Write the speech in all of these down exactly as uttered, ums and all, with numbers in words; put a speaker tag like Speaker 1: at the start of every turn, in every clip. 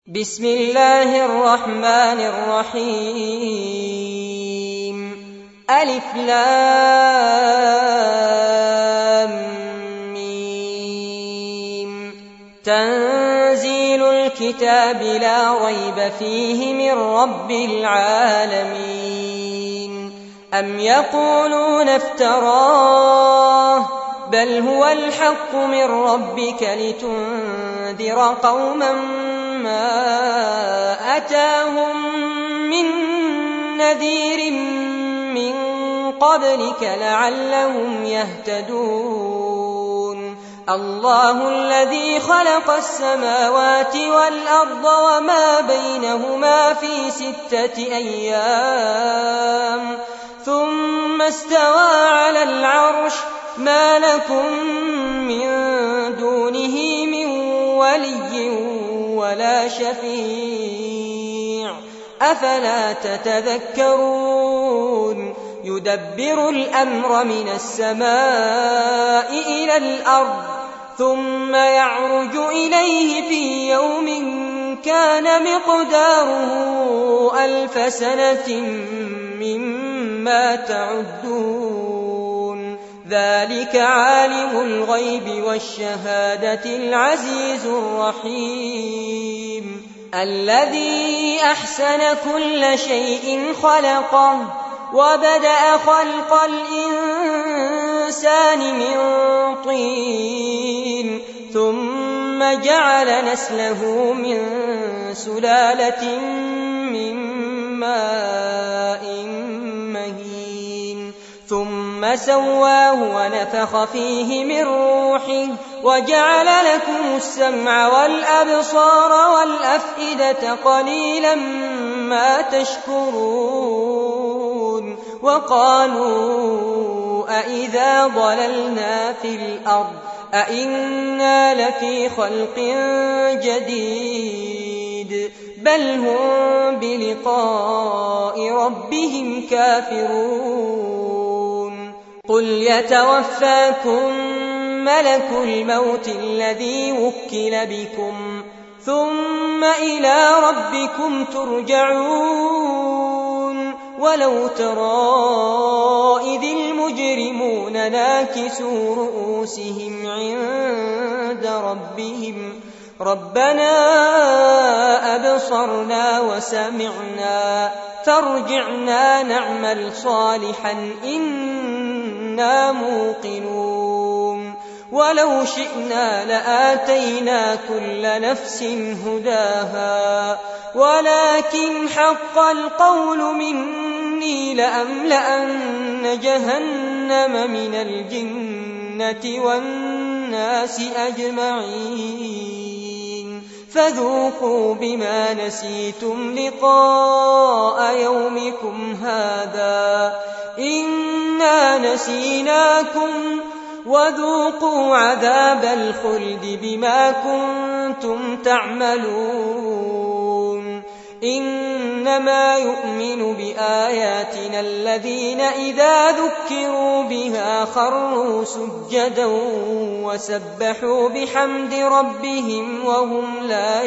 Speaker 1: بسم الله الرحمن الرحيم ألف لام ميم تنزيل الكتاب لا ريب فيه من رب العالمين أم يقولون افتراه بل هو الحق من ربك لتنذر قوما ما أتاهم من نذير من قبلك لعلهم يهتدون الله الذي خلق السماوات والأرض وما بينهما في ستة أيام ثم استوى على العرش ما لكم من دونه من ولي ولا شفيع أفلا تتذكرون يدبر الأمر من السماء إلى الأرض ثم يعرج إليه في يوم كان مقداره ألف سنة مما تعدون ذلك عالم الغيب والشهادة العزيز الرحيم الذي أحسن كل شيء خلقه وبدأ خلق الإنسان من طين ثم جعل نسله من سلالة من ماء مهين ثم سواه ونفخ فيه من روحه وجعل لكم السمع والأبصار والأفئدة قليلا ما تشكرون وقالوا أإذا ضللنا في الأرض أإنا لفي خلق جديد بل هم بلقاء ربهم كافرون قل يتوفاكم ملك الموت الذي وكل بكم ثم إلى ربكم ترجعون ولو ترى إذ المجرمون ناكسوا رؤوسهم عند ربهم ربنا أبصرنا وسمعنا فارجعنا نعمل صالحا إنا موقنون ولو شئنا لآتينا كل نفس هداها ولكن حق القول مني لأملأن جهنم من الجنة والناس أجمعين فذوقوا بما نسيتم لقاء يومكم هذا إنا نسيناكم وذوقوا عذاب الخلد بما كنتم تعملون إنما يؤمن بآياتنا الذين إذا ذكروا بها خروا سجدا وسبحوا بحمد ربهم وهم لا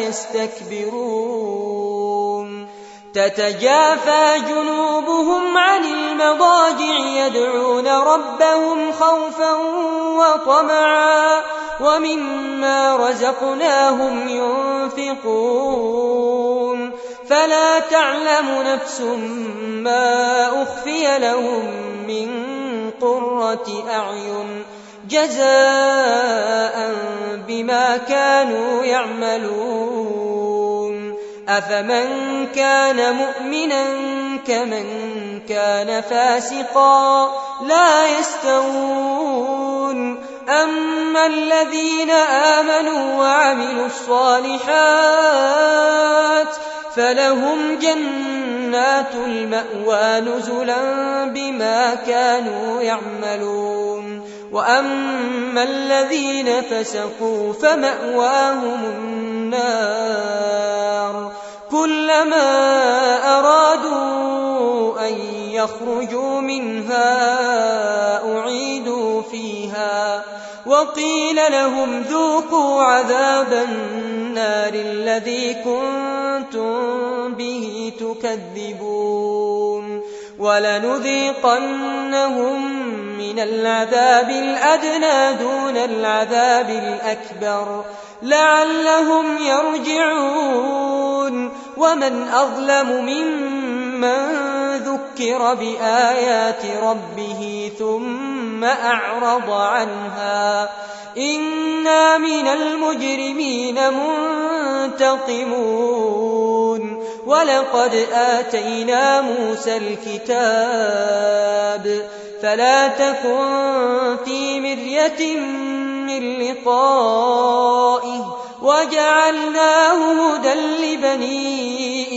Speaker 1: يستكبرون تتجافى جنوبهم عن المضاجع يدعون ربهم خوفا وطمعا ومما رزقناهم ينفقون فلا تعلم نفس ما أخفي لهم من قرة أعين جزاء بما كانوا يعملون أفمن كان مؤمنا كمن كان فاسقا لا يستوون أما الذين آمنوا وعملوا الصالحات فلهم جنات المأوى نزلا بما كانوا يعملون وأما الذين فسقوا فمأواهم النار كلما أرادوا أن يخرجوا منها أعيدوا فيها وقيل لهم ذوقوا عذاب النار النار الذي كنتم به تكذبون ولنذيقنهم من العذاب الأدنى دون العذاب الأكبر لعلهم يرجعون ومن أظلم ممن ذكر بآيات ربه ثم أعرض عنها إنا من المجرمين منتقمون ولقد آتينا موسى الكتاب فلا تكن في مرية من لقائه وجعلناه هدى لبني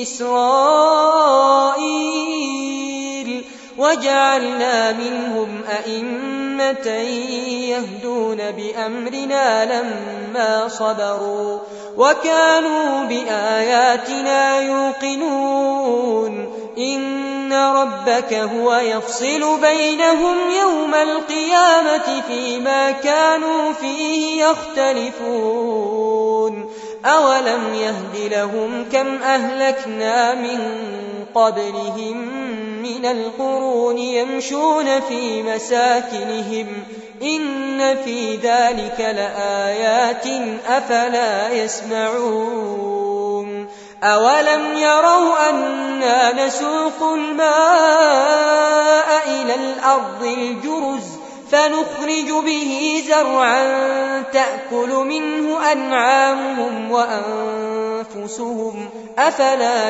Speaker 1: إسرائيل وجعلنا منهم أئمة يهدون بأمرنا لما صبروا وكانوا بآياتنا يوقنون إن ربك هو يفصل بينهم يوم القيامة فيما كانوا فيه يختلفون أولم يهد لهم كم أهلكنا من قبلهم من القرون يمشون في مساكنهم إن في ذلك لآيات أفلا يسمعون أولم يروا أنا نسوق الماء إلى الأرض الجرز فنخرج به زرعا تأكل منه أنعامهم وأنفسهم أفلا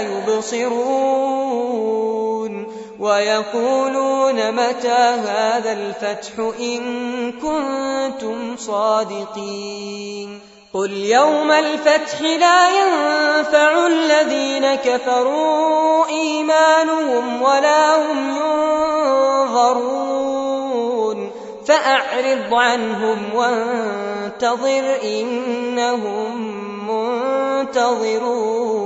Speaker 1: يبصرون ويقولون متى هذا الفتح إن كنتم صادقين قل يوم الفتح لا ينفع الذين كفروا إيمانهم ولا هم ينظرون فأعرض عنهم وانتظر إنهم منتظرون